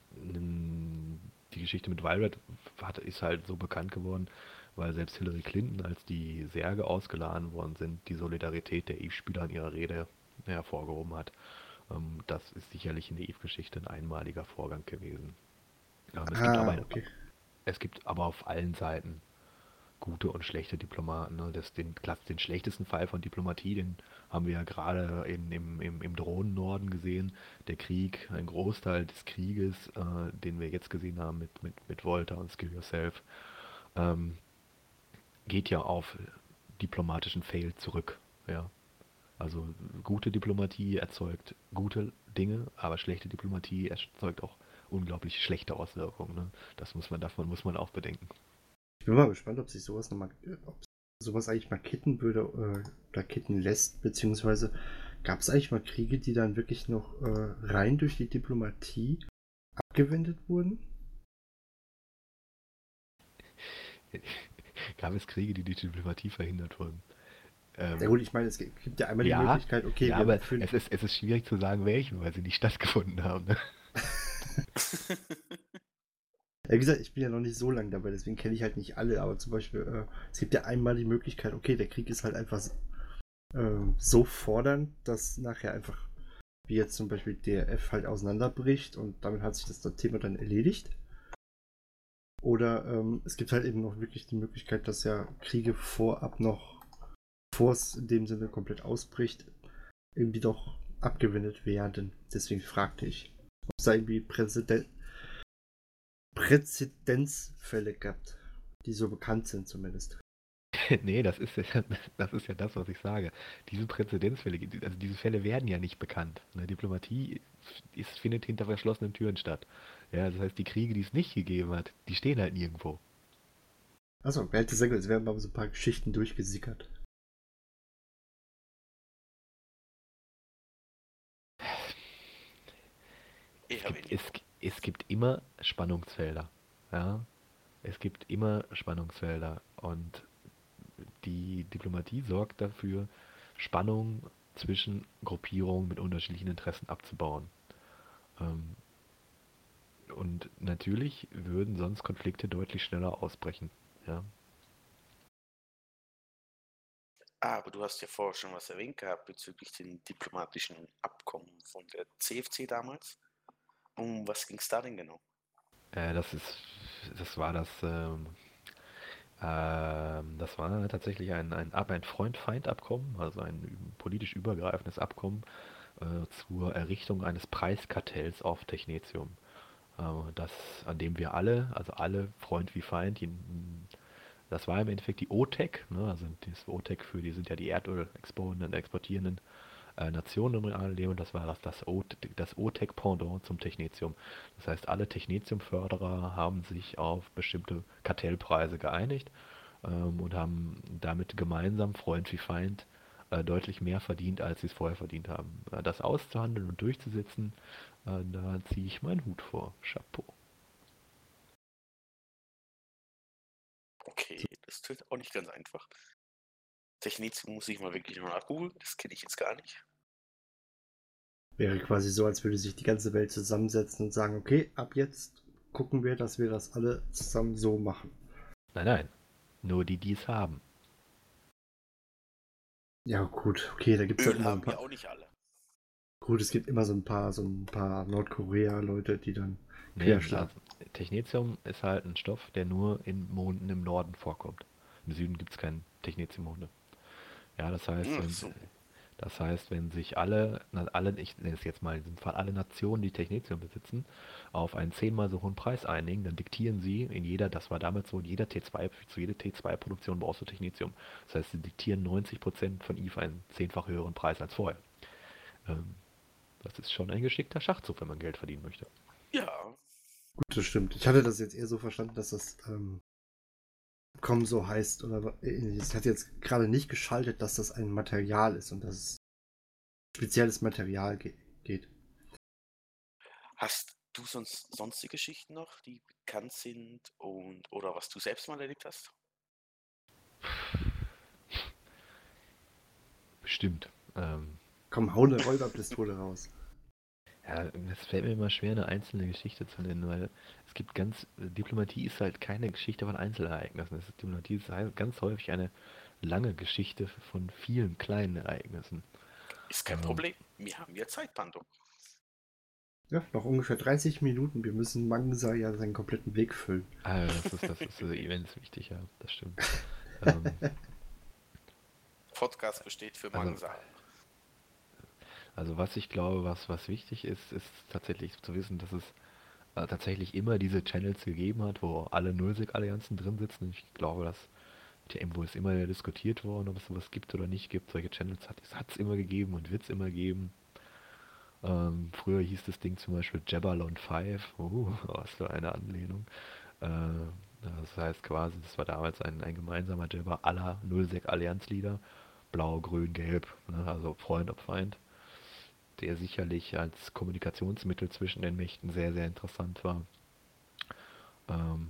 D: Ähm, Die Geschichte mit Violet hat, ist halt so bekannt geworden, weil selbst Hillary Clinton, als die Särge ausgeladen worden sind, die Solidarität der Eve-Spieler in ihrer Rede hervorgehoben hat. Ähm, das ist sicherlich in der Eve-Geschichte ein einmaliger Vorgang gewesen. Ähm, es gibt
A: Ah,
D: aber,
A: okay.
D: es gibt aber auf allen Seiten gute und schlechte Diplomaten. Ne? Das, den, Klass- den schlechtesten Fall von Diplomatie, den haben wir ja gerade in, im, im, im Drohnen-Norden gesehen. Der Krieg, ein Großteil des Krieges, äh, den wir jetzt gesehen haben mit, mit, mit Volta und Skill Yourself, ähm, geht ja auf diplomatischen Fail zurück. Ja? Also gute Diplomatie erzeugt gute Dinge, aber schlechte Diplomatie erzeugt auch unglaublich schlechte Auswirkungen. Ne? Das muss man, davon muss man auch bedenken.
A: Ich bin mal gespannt, ob sich sowas nochmal, ob sowas eigentlich mal kitten würde äh, oder kitten lässt, beziehungsweise gab es eigentlich mal Kriege, die dann wirklich noch äh, rein durch die Diplomatie abgewendet wurden?
D: Gab es Kriege, die durch Diplomatie verhindert wurden?
A: Ja
D: Ähm,
A: gut, ich meine, es gibt ja einmal die
D: ja,
A: Möglichkeit, okay,
D: ja,
A: wir
D: aber
A: führen.
D: es ist, es ist schwierig zu sagen, welche, weil sie nicht stattgefunden haben. Ne?
A: Ja, wie gesagt, ich bin ja noch nicht so lange dabei, deswegen kenne ich halt nicht alle, aber zum Beispiel, äh, es gibt ja einmal die Möglichkeit, okay, der Krieg ist halt einfach äh, so fordernd, dass nachher einfach, wie jetzt zum Beispiel D R F halt auseinanderbricht und damit hat sich das, das Thema dann erledigt. Oder ähm, es gibt halt eben noch wirklich die Möglichkeit, dass ja Kriege vorab noch, bevor es in dem Sinne komplett ausbricht, irgendwie doch abgewendet werden. Deswegen fragte ich, ob es da irgendwie Präzeden Präzedenzfälle gab, die so bekannt sind zumindest.
D: Nee, das ist, ja, das ist ja das, was ich sage. Diese Präzedenzfälle, also diese Fälle werden ja nicht bekannt. Ne? Diplomatie ist, findet hinter verschlossenen Türen statt. Ja, das heißt, die Kriege, die es nicht gegeben hat, die stehen halt nirgendwo.
A: Achso, wer hätte gesagt, es werden mal so ein paar Geschichten durchgesickert.
C: Ich
D: Es
C: habe
D: gibt,
C: ihn.
D: es, es gibt immer Spannungsfelder. Ja? Es gibt immer Spannungsfelder. Und die Diplomatie sorgt dafür, Spannungen zwischen Gruppierungen mit unterschiedlichen Interessen abzubauen. Ähm, und natürlich würden sonst Konflikte deutlich schneller ausbrechen. Ja?
C: Ah, aber du hast ja vorher schon was erwähnt gehabt bezüglich den diplomatischen Abkommen von der C F C damals. Um was ging es da denn genau?
D: Äh, das ist, das war das, ähm, ähm, das war tatsächlich ein, ein, Ab- ein Freund-Feind-Abkommen, also ein politisch übergreifendes Abkommen äh, zur Errichtung eines Preiskartells auf Technetium. Äh, das, an dem wir alle, also alle, Freund wie Feind, die, das war im Endeffekt die OTEC, ne? Also das OTEC für die sind ja die Erdöl exportierenden, exportierenden äh, Nationen im realen Leben. Das war das, das, O, das OTEC-Pendant zum Technetium. Das heißt, alle Technetium-Förderer haben sich auf bestimmte Kartellpreise geeinigt ähm, und haben damit gemeinsam, Freund wie Feind, äh, deutlich mehr verdient, als sie es vorher verdient haben. Äh, das auszuhandeln und durchzusetzen, äh, da ziehe ich meinen Hut vor. Chapeau.
C: Okay, das klingt auch nicht ganz einfach. Technetium muss ich mal wirklich noch nachgoogeln, das kenne ich jetzt gar nicht.
A: Wäre quasi so, als würde sich die ganze Welt zusammensetzen und sagen, okay, ab jetzt gucken wir, dass wir das alle zusammen so machen.
D: Nein, nein, nur die, die es haben.
A: Ja, gut, okay, da gibt es halt
C: Öl
A: immer so ein
C: haben ja
A: paar.
C: auch nicht alle.
A: Gut, es gibt immer so ein paar, so ein paar Nordkorea-Leute, die dann
D: Nee,
A: querschlagen.
D: also Technetium ist halt ein Stoff, der nur in Monden im Norden vorkommt. Im Süden gibt es keinen Technetiummonde. Ja, das heißt,
C: Ach
D: wenn,
C: so.
D: das heißt, wenn sich alle, na, alle, ich nenne es jetzt mal in diesem Fall, alle Nationen, die Technetium besitzen, auf einen zehnmal so hohen Preis einigen, dann diktieren sie in jeder, das war damals so, in jeder T zwei, zu jeder T zwei Produktion brauchst du Technetium. Das heißt, sie diktieren neunzig Prozent von Eve einen zehnfach höheren Preis als vorher. Ähm, das ist schon ein geschickter Schachzug, wenn man Geld verdienen möchte.
C: Ja,
A: Gut, das stimmt. Ich hatte das jetzt eher so verstanden, dass das ähm, Abkommen so heißt oder ähnliches. Ich hatte jetzt gerade nicht geschaltet, dass das ein Material ist und dass es spezielles Material ge geht.
C: hast du sonst sonstige Geschichten noch, die bekannt sind und oder was du selbst mal erlebt hast?
D: Bestimmt. Ähm,
A: Komm, hau eine Räuberpistole raus.
D: ja, es fällt mir immer schwer, eine einzelne Geschichte zu nennen, weil es gibt ganz, Diplomatie ist halt keine Geschichte von Einzelereignissen. Es ist, Diplomatie ist halt ganz häufig eine lange Geschichte von vielen kleinen Ereignissen.
C: Ist kein
D: Ähm,
C: Problem. Wir haben ja Zeit, Pando.
A: Ja, noch ungefähr dreißig Minuten. Wir müssen Mangsa ja seinen kompletten Weg füllen.
D: Ah, das ist, das ist äh, immens wichtig, ja, das stimmt. ähm,
C: Podcast besteht für
D: also,
C: Mangsa.
D: also was ich glaube, was, was wichtig ist, ist tatsächlich zu wissen, dass es äh, tatsächlich immer diese Channels gegeben hat, wo alle Nullsec-Allianzen drin sitzen. Ich glaube, dass tja, irgendwo ist immer diskutiert worden, ob es sowas gibt oder nicht gibt. Solche Channels hat es gegeben und wird es immer geben. Ähm, früher hieß das Ding zum Beispiel Jabberlon fünf. Uh, was für eine Anlehnung. Äh, das heißt quasi, das war damals ein, ein gemeinsamer Jabber aller Nullsec-Allianz-Lieder. Blau, Grün, Gelb, ne, also Freund ob Feind, der sicherlich als Kommunikationsmittel zwischen den Mächten sehr, sehr interessant war. Ähm,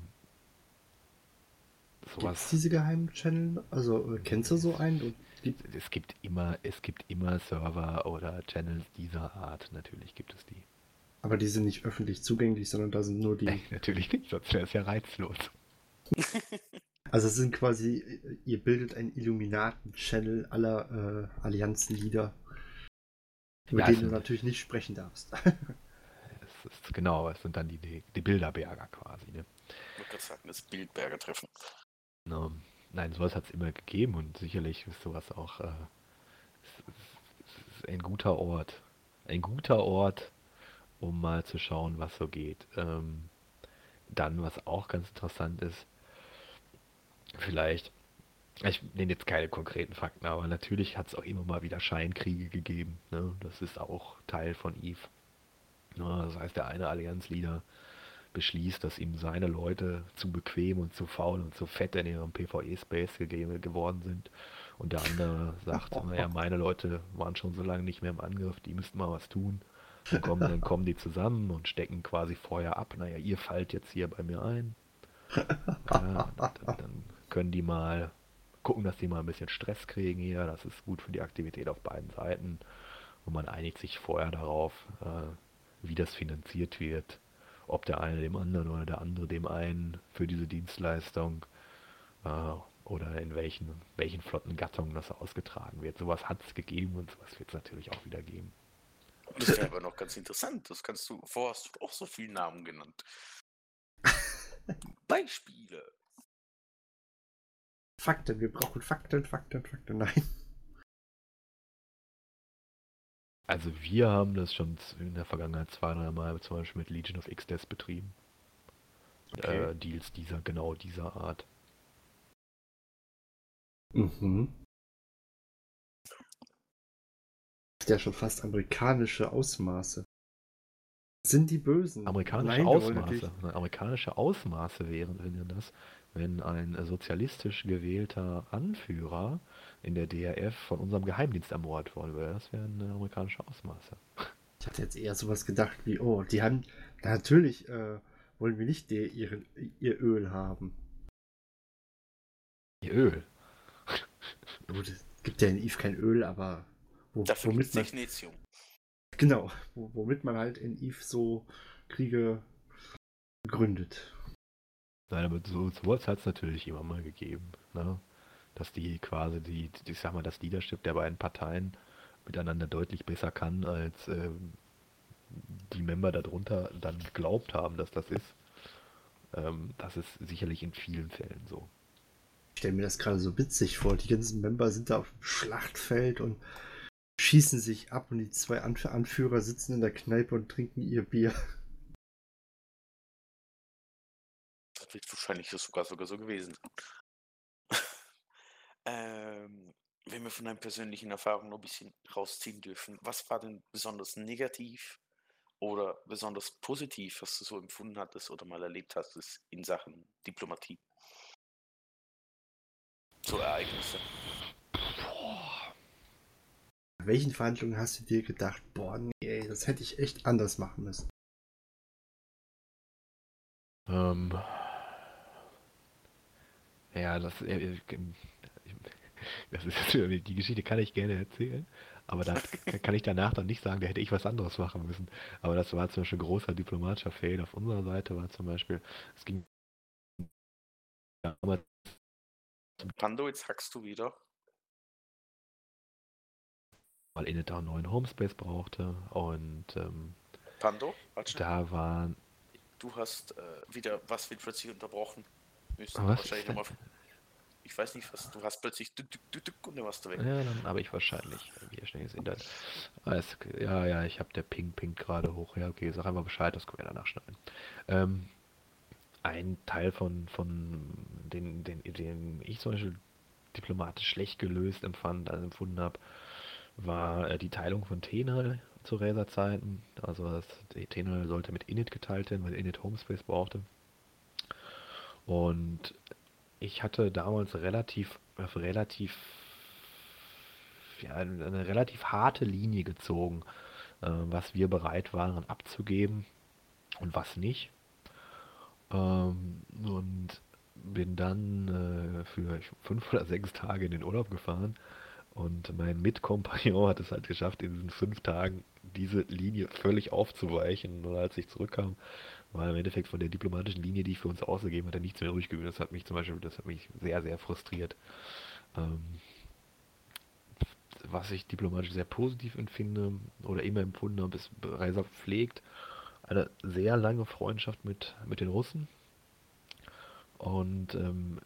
A: Gibt es
D: sowas,
A: diese geheimen Channel? Also, äh, kennst du so einen? Und gibt,
D: es gibt immer, es gibt immer Server oder Channels dieser Art. Natürlich gibt es die.
A: aber die sind nicht öffentlich zugänglich, sondern da sind nur die.
D: Natürlich nicht, sonst wäre es ja reizlos.
A: Also, es sind quasi, äh, ihr bildet einen Illuminaten-Channel aller äh, Allianzenlieder, über
D: Ja, es
A: den du
D: sind,
A: natürlich nicht sprechen darfst.
D: es ist genau, es sind dann die, die, die Bilderberger quasi. Ne?
C: Ich wollte gerade sagen, das Bildberger Treffen.
D: No, nein, sowas hat es immer gegeben und sicherlich ist sowas auch äh, es, es ist ein guter Ort. Ein guter Ort, um mal zu schauen, was so geht. Ähm, dann, was auch ganz interessant ist, vielleicht, ich nenne jetzt keine konkreten Fakten, aber natürlich hat es auch immer mal wieder Scheinkriege gegeben. Ne? Das ist auch Teil von Eve. Ja, das heißt, der eine Allianzleader beschließt, dass ihm seine Leute zu bequem und zu faul und zu fett in ihrem PvE-Space gegeben, geworden sind. Und der andere sagt, naja, meine Leute waren schon so lange nicht mehr im Angriff, die müssten mal was tun. Und kommen, dann kommen die zusammen und stecken quasi Feuer ab. Naja, ihr fallt jetzt hier bei mir ein. Ja, dann, dann können die mal gucken, dass die mal ein bisschen Stress kriegen hier. Das ist gut für die Aktivität auf beiden Seiten. Und man einigt sich vorher darauf, äh, wie das finanziert wird. Ob der eine dem anderen oder der andere dem einen für diese Dienstleistung äh, oder in welchen, welchen Flottengattungen das ausgetragen wird. Sowas hat es gegeben und sowas wird es natürlich auch wieder geben.
C: Das wäre aber noch ganz interessant. Das kannst du, vorher hast du auch so viele Namen genannt. Beispiele.
A: Fakten, wir brauchen Fakten, Fakten, Fakten. Nein.
D: Also wir haben das schon in der Vergangenheit zwei, drei Mal zum Beispiel mit Legion of X-Death betrieben.
A: Okay.
D: Äh, Deals dieser, genau dieser Art.
A: Mhm. Das ist ja schon fast amerikanische Ausmaße. Sind die Bösen?
D: Amerikanische
A: Nein, wir wollen natürlich.
D: Ausmaße. Amerikanische Ausmaße wären wären das, wenn ein äh, sozialistisch gewählter Anführer in der D R F von unserem Geheimdienst ermordet worden wäre. Das wären äh, amerikanische Ausmaße.
A: Ich hatte jetzt eher sowas gedacht wie, oh, die haben. Natürlich äh, wollen wir nicht der, ihre, ihr Öl haben.
D: Ihr Öl.
A: Gut, es gibt ja in Eve kein Öl, aber wo,
C: Dafür gibt es
A: womit man.
C: Technetium.
A: Genau, wo, womit man halt in Eve so Kriege gründet.
D: Nein, aber so, sowas hat es natürlich immer mal gegeben. Ne? Dass die quasi, die, die, ich sag mal, das Leadership der beiden Parteien miteinander deutlich besser kann, als ähm, die Member darunter dann geglaubt haben, dass das ist. Ähm, das ist sicherlich in vielen Fällen so.
A: Ich stelle mir das gerade so witzig vor. Die ganzen Member sind da auf dem Schlachtfeld und schießen sich ab und die zwei Anf Anführer sitzen in der Kneipe und trinken ihr Bier.
C: Das wird wahrscheinlich sogar sogar so gewesen sein. ähm, wenn wir von deinen persönlichen Erfahrungen noch ein bisschen rausziehen dürfen, was war denn besonders negativ oder besonders positiv, was du so empfunden hattest oder mal erlebt hast in Sachen Diplomatie? So Ereignisse.
A: Bei welchen Verhandlungen hast du dir gedacht, boah, nee, ey, das hätte ich echt anders machen müssen?
D: Ähm, ja, das, äh, das ist die Geschichte kann ich gerne erzählen, aber da kann ich danach dann nicht sagen, da hätte ich was anderes machen müssen. Aber das war zum Beispiel ein großer diplomatischer Fail auf unserer Seite, war zum Beispiel, es ging damals
C: Pando, jetzt hackst du wieder.
D: weil Init da einen neuen Homespace brauchte und ähm,
C: Pando, warte,
D: da waren...
C: du hast äh, wieder was wird plötzlich unterbrochen. Wir müssen
D: Was
C: wahrscheinlich
D: ist denn?
C: nochmal. Ich weiß nicht, was. Du hast plötzlich dück, dück, dück, dück und dann warst du weg.
D: Ja, dann habe ich wahrscheinlich hier schnell gesehen. Dann, alles, ja, ja, ich habe der Ping Ping gerade hoch. Ja, okay, sag einfach Bescheid, das können wir danach schneiden. Ähm, ein Teil von, von den, den, den ich zum Beispiel diplomatisch schlecht gelöst empfand, also empfunden habe, war äh, die Teilung von Tenel zu Razer-Zeiten. Also das Tenel sollte mit Init geteilt werden, weil Init Homespace brauchte. Und ich hatte damals relativ, relativ, ja, eine relativ harte Linie gezogen, äh, was wir bereit waren abzugeben und was nicht. Ähm, und bin dann äh, für fünf oder sechs Tage in den Urlaub gefahren. Und mein Mitkompagnon hat es halt geschafft, in diesen fünf Tagen diese Linie völlig aufzuweichen. Und als ich zurückkam, war im Endeffekt von der diplomatischen Linie, die ich für uns ausgegeben hatte, nichts mehr übrig geblieben. Das hat mich zum Beispiel, das hat mich sehr, sehr frustriert. Ähm, was ich diplomatisch sehr positiv empfinde oder immer empfunden habe, ist, Reiser pflegt eine sehr lange Freundschaft mit, mit den Russen. Und ähm,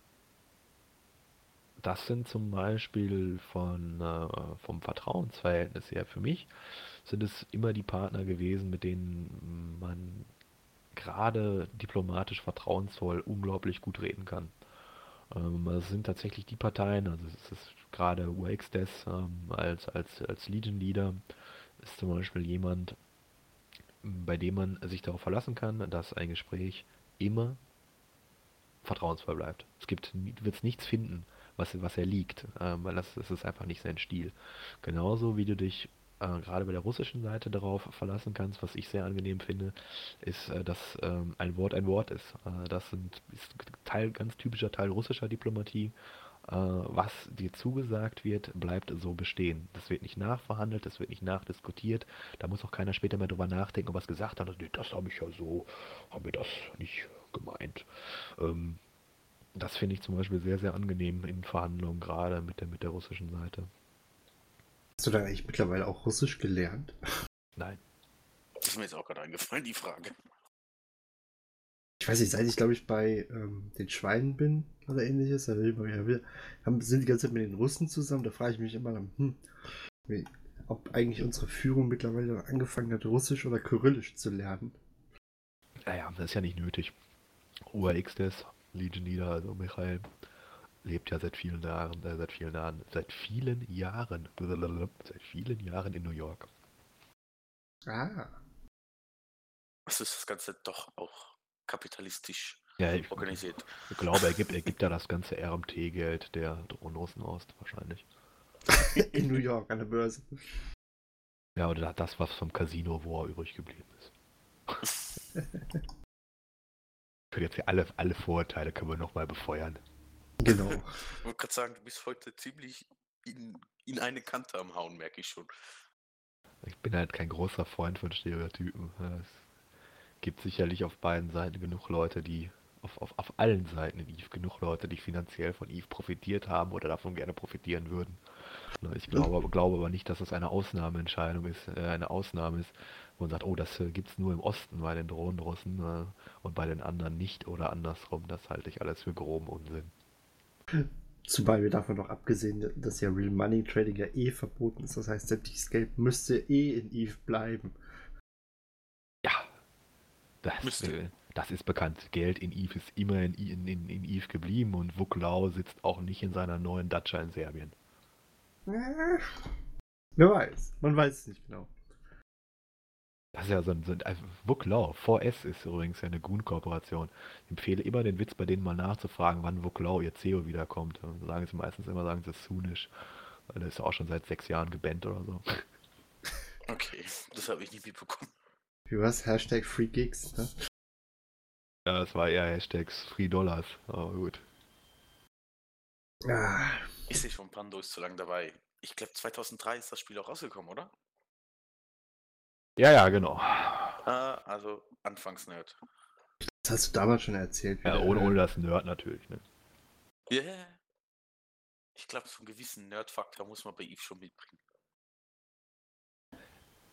D: das sind zum Beispiel von, äh, vom Vertrauensverhältnis her für mich, sind es immer die Partner gewesen, mit denen man gerade diplomatisch vertrauensvoll unglaublich gut reden kann. Ähm, es sind tatsächlich die Parteien, also es ist gerade U X Des ähm, als, als, als Legion Leader, ist zum Beispiel jemand, bei dem man sich darauf verlassen kann, dass ein Gespräch immer vertrauensvoll bleibt. Es gibt, wird es nichts finden, was, was er liegt, ähm, weil das, das ist einfach nicht sein Stil. Genauso wie du dich äh, gerade bei der russischen Seite darauf verlassen kannst, was ich sehr angenehm finde, ist, äh, dass ähm, ein Wort ein Wort ist. Äh, das sind, ist Teil, ganz typischer Teil russischer Diplomatie. Äh, was dir zugesagt wird, bleibt so bestehen. Das wird nicht nachverhandelt, das wird nicht nachdiskutiert. Da muss auch keiner später mehr drüber nachdenken, ob er es gesagt hat. Nee, das habe ich ja so, habe mir das nicht gemeint. Ähm, das finde ich zum Beispiel sehr, sehr angenehm in Verhandlungen, gerade mit der, mit der russischen Seite.
A: Hast du da eigentlich mittlerweile auch Russisch gelernt?
D: Nein.
C: Das ist mir jetzt auch gerade eingefallen, die Frage.
A: Ich weiß nicht, seit ich glaube ich bei ähm, den Schweinen bin oder ähnliches, da will ich mal wieder, wieder haben, sind die ganze Zeit mit den Russen zusammen, da frage ich mich immer, hm, wie, ob eigentlich unsere Führung mittlerweile angefangen hat, Russisch oder Kyrillisch zu lernen.
D: Naja, das ist ja nicht nötig. U X des Legion Leader, also Michael, lebt ja seit vielen Jahren, äh, seit vielen Jahren, seit vielen Jahren, seit vielen Jahren in New York.
A: Ah.
C: Also ist das Ganze doch auch kapitalistisch
D: Ja, ich
C: organisiert.
D: glaube, er gibt, er gibt ja das ganze R M T-Geld der Drohnen aus, wahrscheinlich.
A: In New York an der Börse.
D: Ja, oder das, was vom Casino, wo er übrig geblieben ist. Für jetzt hier alle, alle Vorurteile können wir nochmal befeuern.
A: Genau.
C: Ich wollte gerade sagen, du bist heute ziemlich in, in eine Kante am Hauen, merke ich schon.
D: Ich bin halt kein großer Freund von Stereotypen. Es gibt sicherlich auf beiden Seiten genug Leute, die auf, auf, auf allen Seiten in Eve genug Leute, die finanziell von Eve profitiert haben oder davon gerne profitieren würden. Ich glaube, glaube aber nicht, dass es eine Ausnahmeentscheidung ist, äh, eine Ausnahme ist, wo man sagt, oh, das äh, gibt es nur im Osten bei den Drohnenrussen äh, und bei den anderen nicht oder andersrum. Das halte ich alles für groben Unsinn.
A: Zumal wir davon noch abgesehen, dass ja Real Money Trading ja eh verboten ist. Das heißt, sämtliches Geld müsste eh in Eve bleiben.
D: Ja, das, äh, das ist bekannt. Geld in Eve ist immer in, in, in, in Eve geblieben und Vuklau sitzt auch nicht in seiner neuen Datscha in Serbien.
A: Äh, wer weiß. Man weiß es nicht genau.
D: Das ist ja so ein, so ein also Vuklau. V S ist übrigens ja eine Goon-Kooperation. Ich empfehle immer den Witz bei denen mal nachzufragen, wann Vuklau ihr C E O wiederkommt. Und sagen sie meistens immer, sagen sie soonish. Weil der ist ja auch schon seit sechs Jahren gebannt oder so.
C: Okay, das habe ich nicht mitbekommen.
A: Wie was? Hashtag Free Gigs, ne?
D: Ja, das war eher Hashtags Free Dollars. Aber gut.
A: Ah.
C: Ich sehe schon, Pando ist zu lange dabei. Ich glaube, zweitausenddrei ist das Spiel auch rausgekommen, oder?
D: Ja, ja, genau.
C: Ah, also Anfangs-Nerd.
A: Das hast du damals schon erzählt.
D: Ja,
A: wieder,
D: ohne,
A: äh,
D: ohne das Nerd natürlich. Ne?
C: Yeah. Ich glaube, so einen gewissen Nerd-Faktor muss man bei Eve schon mitbringen.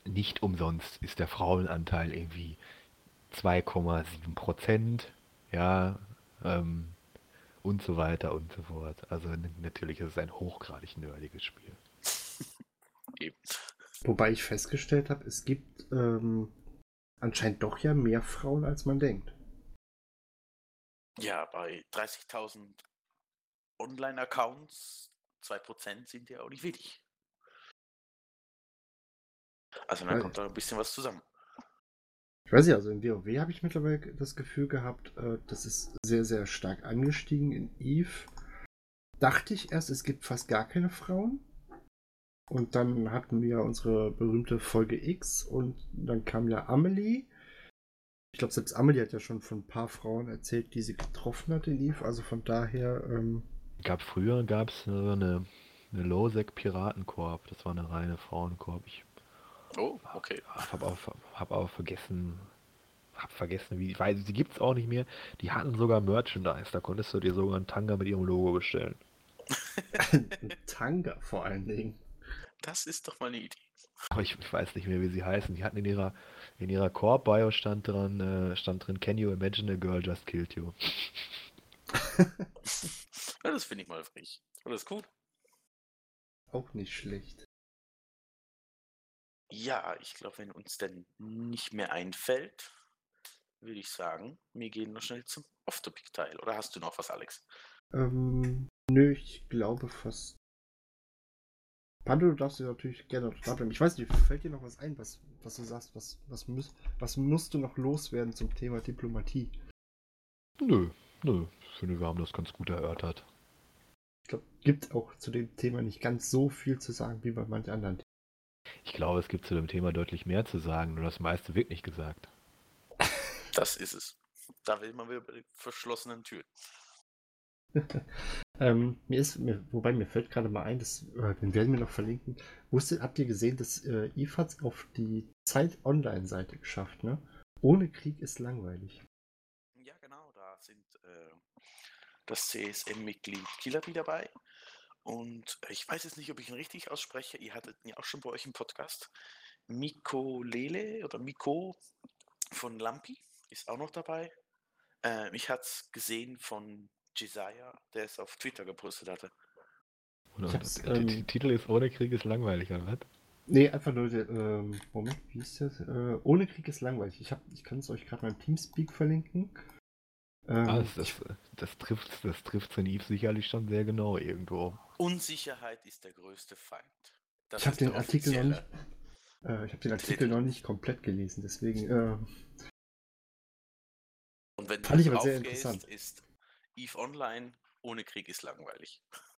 D: nicht umsonst ist der Frauenanteil irgendwie zwei Komma sieben Prozent, ja, ähm, und so weiter und so fort. Also n- natürlich ist es ein hochgradig nerdiges Spiel.
C: Eben.
A: Wobei ich festgestellt habe, es gibt ähm, anscheinend doch ja mehr Frauen, als man denkt.
C: Ja, bei dreißigtausend Online-Accounts, zwei Prozent sind ja auch nicht wenig. Also dann
A: Weil,
C: kommt da ein bisschen was zusammen.
A: ich weiß nicht, also in WoW habe ich mittlerweile das Gefühl gehabt, äh, das ist sehr, sehr stark angestiegen. In Eve dachte ich erst, es gibt fast gar keine Frauen. Und dann hatten wir unsere berühmte Folge X und dann kam ja Amelie. Ich glaube, selbst Amelie hat ja schon von ein paar Frauen erzählt, die sie getroffen hat in Eve. Also von daher, ähm,
D: Gab früher gab es eine, eine Lowsec Piratenkorb, das war eine reine Frauenkorb. Ich
C: Oh, okay.
D: habe auch, hab auch vergessen, hab vergessen, wie, weil sie gibt es auch nicht mehr. Die hatten sogar Merchandise, da konntest du dir sogar einen Tanga mit ihrem Logo bestellen.
A: ein Tanga vor allen Dingen.
C: Das ist doch mal eine Idee.
D: Aber ich, ich weiß nicht mehr, wie sie heißen. Die hatten in ihrer, in ihrer Core-Bio stand dran, äh, stand drin, Can you imagine a girl just killed you?
C: Ja, das finde ich mal frech. Und das ist gut.
A: Auch nicht schlecht.
C: Ja, ich glaube, wenn uns denn nicht mehr einfällt, würde ich sagen, wir gehen noch schnell zum Off-Topic-Teil. Oder hast du noch was, Alex?
A: Ähm, nö, ich glaube fast. Pando, du darfst dir natürlich gerne noch da bleiben. Ich weiß nicht, fällt dir noch was ein, was, was du sagst, was, was, müß, was musst du noch loswerden zum Thema Diplomatie?
D: Nö, nö. Ich finde, wir haben das ganz gut erörtert.
A: Ich glaube, gibt auch zu dem Thema nicht ganz so viel zu sagen wie bei manchen anderen
D: Ich glaube, es gibt zu dem Thema deutlich mehr zu sagen, nur das meiste wird nicht gesagt.
C: Das ist es. Da will man wieder bei den verschlossenen Türen.
A: ähm, mir ist, mir, wobei mir fällt gerade mal ein, das, äh, den werden wir noch verlinken. Wusstet, habt ihr gesehen, dass äh, Eve hat es auf die Zeit-Online-Seite geschafft, ne? Ohne Krieg ist langweilig.
C: Ja, genau, da sind äh, das C S M-Mitglied Killaby dabei. Und ich weiß jetzt nicht, ob ich ihn richtig ausspreche. Ihr hattet ihn ja auch schon bei euch im Podcast. Miko Lele oder Miko von Lampi ist auch noch dabei. Äh, ich hatte es gesehen von Jesiah, der es auf Twitter gepostet hatte.
D: Oder?
A: Ich
D: Und
A: hab's,
D: der T- T-
A: ähm,
D: Titel ist Ohne Krieg ist langweilig, oder was?
A: nee, einfach nur, der, ähm, Moment, wie ist das? Äh, ohne Krieg ist langweilig. Ich, hab, ich kann es euch gerade beim Teamspeak verlinken.
D: Ah,
A: Ähm,
D: das,
A: ich,
D: das, das trifft das trifft Zenith sicherlich schon sehr genau irgendwo.
C: Unsicherheit ist der größte Feind. Das
A: ich habe
C: ist der
A: den Artikel noch nicht,
C: offizielle
A: äh, ich habe den Artikel
C: Titel.
A: noch nicht komplett gelesen, deswegen äh,
C: Und wenn du
A: fand ich aber sehr
C: draufgehst,
A: interessant.
C: ist Eve Online, ohne Krieg ist langweilig.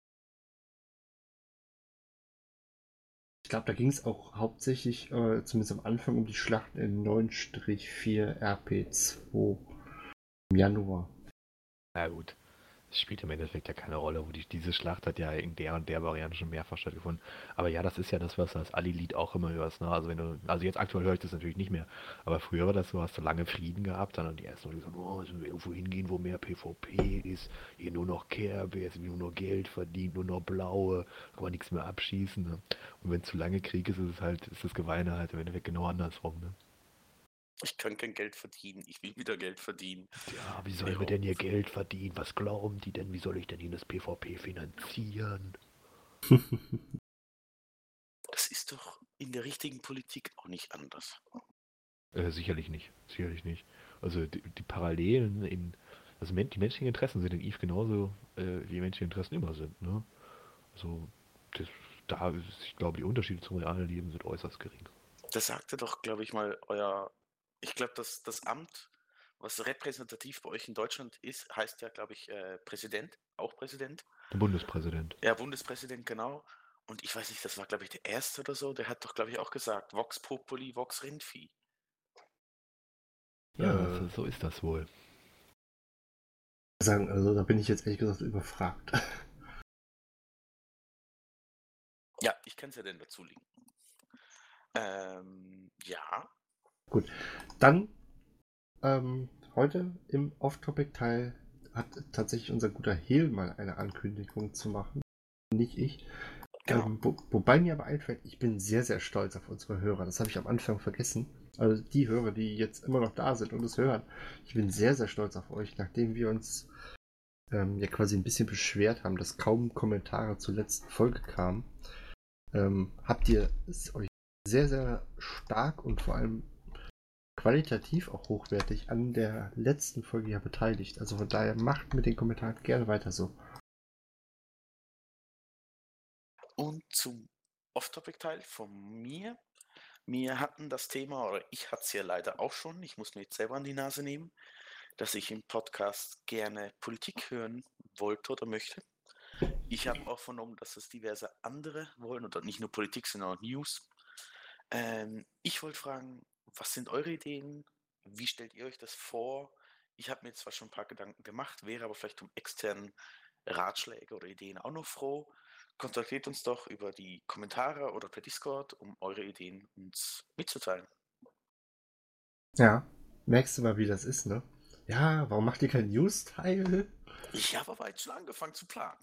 A: Ich glaube, da ging es auch hauptsächlich, äh, zumindest am Anfang, um die Schlacht in neun vier R P zwei im Januar.
D: Na gut, es spielt im Endeffekt ja keine Rolle, wo die, diese Schlacht hat ja in der und der Variante schon mehrfach stattgefunden. Aber ja, das ist ja das, was du als Ali-Lied auch immer hörst. Ne? Also wenn du, also jetzt aktuell höre ich das natürlich nicht mehr. Aber früher war das so, hast du lange Frieden gehabt, dann haben die ersten Leute gesagt, oh, müssen wir irgendwo hingehen, wo mehr PvP ist, hier nur noch Kerbe, jetzt nur noch Geld verdient, nur noch Blaue, kann man nichts mehr abschießen. Ne? Und wenn zu lange Krieg ist, ist es halt, ist das Geweine halt im Endeffekt genau andersrum. Ne?
C: Ich kann kein Geld verdienen, ich will wieder Geld verdienen.
D: Ja, wie sollen wir
C: Jo.
D: denn hier Geld verdienen? Was glauben die denn? Wie soll ich denn hier das PvP finanzieren?
C: Das ist doch in der richtigen Politik auch nicht anders.
D: Äh, sicherlich nicht. Sicherlich nicht. Also die, die Parallelen in. Also men die menschlichen Interessen sind in Eve genauso, äh, wie menschliche Interessen immer sind. Ne? Also das, da ist, ich glaube, die Unterschiede zum realen Leben sind äußerst gering.
C: Das sagte doch, glaube ich mal, euer. Ich glaube, dass das Amt, was repräsentativ bei euch in Deutschland ist, heißt ja, glaube ich, äh, Präsident, auch Präsident.
D: Der Bundespräsident.
C: Ja, Bundespräsident, genau. Und ich weiß nicht, das war, glaube ich, der erste oder so, der hat doch, glaube ich, auch gesagt, Vox Populi, Vox Rindvieh.
D: Ja,
A: äh,
D: so, so ist das wohl.
A: sagen, also da bin ich jetzt ehrlich gesagt überfragt.
C: Ja, ich kann es ja denn dazu liegen. Ähm, ja.
A: Gut, dann ähm, heute im Off-Topic-Teil hat tatsächlich unser guter Heel mal eine Ankündigung zu machen. Nicht ich.
C: Genau.
A: Ähm, wo, wobei mir aber einfällt, ich bin sehr, sehr stolz auf unsere Hörer. Das habe ich am Anfang vergessen. Also die Hörer, die jetzt immer noch da sind und es hören. Ich bin sehr, sehr stolz auf euch, nachdem wir uns ähm, ja quasi ein bisschen beschwert haben, dass kaum Kommentare zur letzten Folge kamen. Ähm, habt ihr es euch sehr, sehr stark und vor allem qualitativ auch hochwertig an der letzten Folge ja beteiligt. Also von daher macht mit den Kommentaren gerne weiter so.
C: Und zum Off-Topic-Teil von mir. Wir hatten das Thema, oder ich hatte es ja leider auch schon, ich muss mir jetzt selber an die Nase nehmen, dass ich im Podcast gerne Politik hören wollte oder möchte. Ich habe auch vernommen, dass es diverse andere wollen, oder nicht nur Politik, sondern auch News. Ähm, ich wollte fragen, was sind eure Ideen? Wie stellt ihr euch das vor? Ich habe mir zwar schon ein paar Gedanken gemacht, wäre aber vielleicht um externen Ratschläge oder Ideen auch noch froh. Kontaktiert uns doch über die Kommentare oder per Discord, um eure Ideen uns mitzuteilen.
A: Ja, merkst du mal, wie das ist, ne? Ja, warum macht ihr keinen News-Teil?
C: Ich habe aber jetzt schon angefangen zu planen.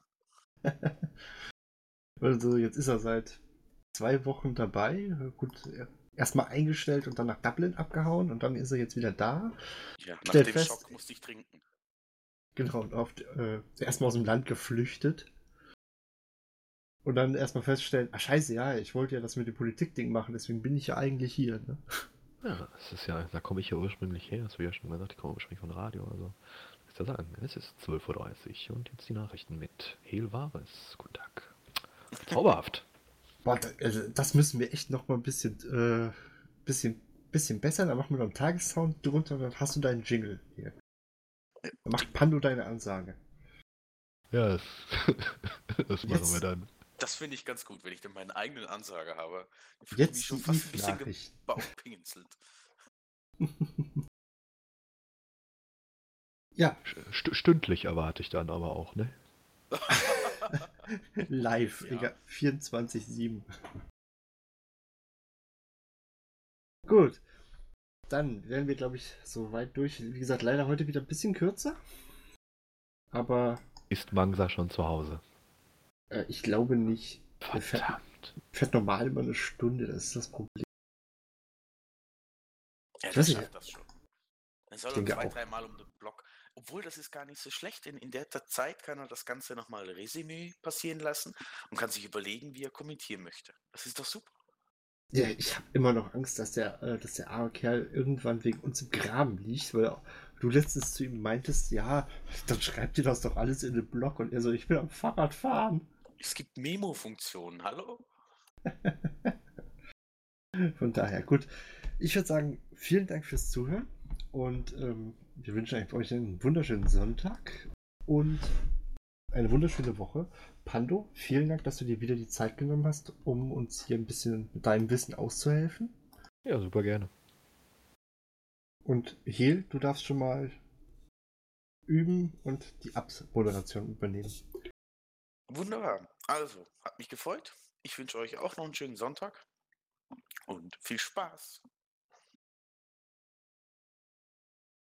A: Also jetzt ist er seit zwei Wochen dabei. Gut, erstmal eingestellt und dann nach Dublin abgehauen und dann ist er jetzt wieder da.
C: Ja, nach
A: Stellt
C: dem
A: fest,
C: Schock musste ich trinken.
A: genau, und oft äh, erstmal aus dem Land geflüchtet. Und dann erstmal feststellen, ach scheiße, ja, ich wollte ja das mit dem Politikding machen, deswegen bin ich ja eigentlich hier, ne?
D: Ja, es ist ja, da komme ich ja ursprünglich her, das habe ich ja schon gesagt, ich komme ursprünglich von Radio, also ist ja sagen, es ist zwölf Uhr dreißig und jetzt die Nachrichten mit Hel Wares. Guten Tag. Zauberhaft.
A: Boah, da, also das müssen wir echt noch mal ein bisschen, äh, bisschen, bisschen besser. Dann machen wir noch einen Tagessound drunter und dann hast du deinen Jingle hier. Dann macht Pando deine Ansage.
D: Ja, das, das machen
A: Jetzt-
D: wir dann.
C: Das finde ich ganz gut, wenn ich dann meine eigene Ansage habe. Dann fühle ich mich
A: Jetzt
C: schon
A: die
C: fast ein bisschen
A: Eve-Nachrichten.
C: gebauchpinselt.
A: Ja,
D: St stündlich erwarte ich dann aber auch, ne?
A: live,
C: Ja.
A: egal, vierundzwanzig sieben. Gut, dann wären wir, glaube ich, so weit durch. Wie gesagt, leider heute wieder ein bisschen kürzer. Aber
D: Ist Mangsa schon zu Hause?
A: äh, ich glaube nicht. Er fährt,
D: Verdammt.
A: fährt normal immer eine Stunde, das ist das Problem.
C: Ja,
A: Ich
C: der
A: weiß nicht,
C: schafft das schon. Er soll
A: Ich
C: dann
A: denke
C: zwei,
A: auch.
C: dreimal um den Block. Obwohl, das ist gar nicht so schlecht. In, in der Zeit kann er das Ganze nochmal Resümee passieren lassen und kann sich überlegen, wie er kommentieren möchte. Das ist doch super.
A: Ja, ich habe immer noch Angst, dass der, äh, dass der arme Kerl irgendwann wegen uns im Graben liegt, weil du letztens zu ihm meintest, ja, dann schreibt ihr das doch alles in den Blog und er so, ich will am Fahrrad fahren.
C: Es gibt Memo-Funktionen, hallo?
A: Von daher, gut. Ich würde sagen, vielen Dank fürs Zuhören und ähm, wir wünschen euch einen wunderschönen Sonntag und eine wunderschöne Woche. Pando, vielen Dank, dass du dir wieder die Zeit genommen hast, um uns hier ein bisschen mit deinem Wissen auszuhelfen.
D: Ja, super gerne.
A: Und Hel, du darfst schon mal üben und die Abmoderation übernehmen.
C: Wunderbar. Also, hat mich gefreut. Ich wünsche euch auch noch einen schönen Sonntag und viel Spaß.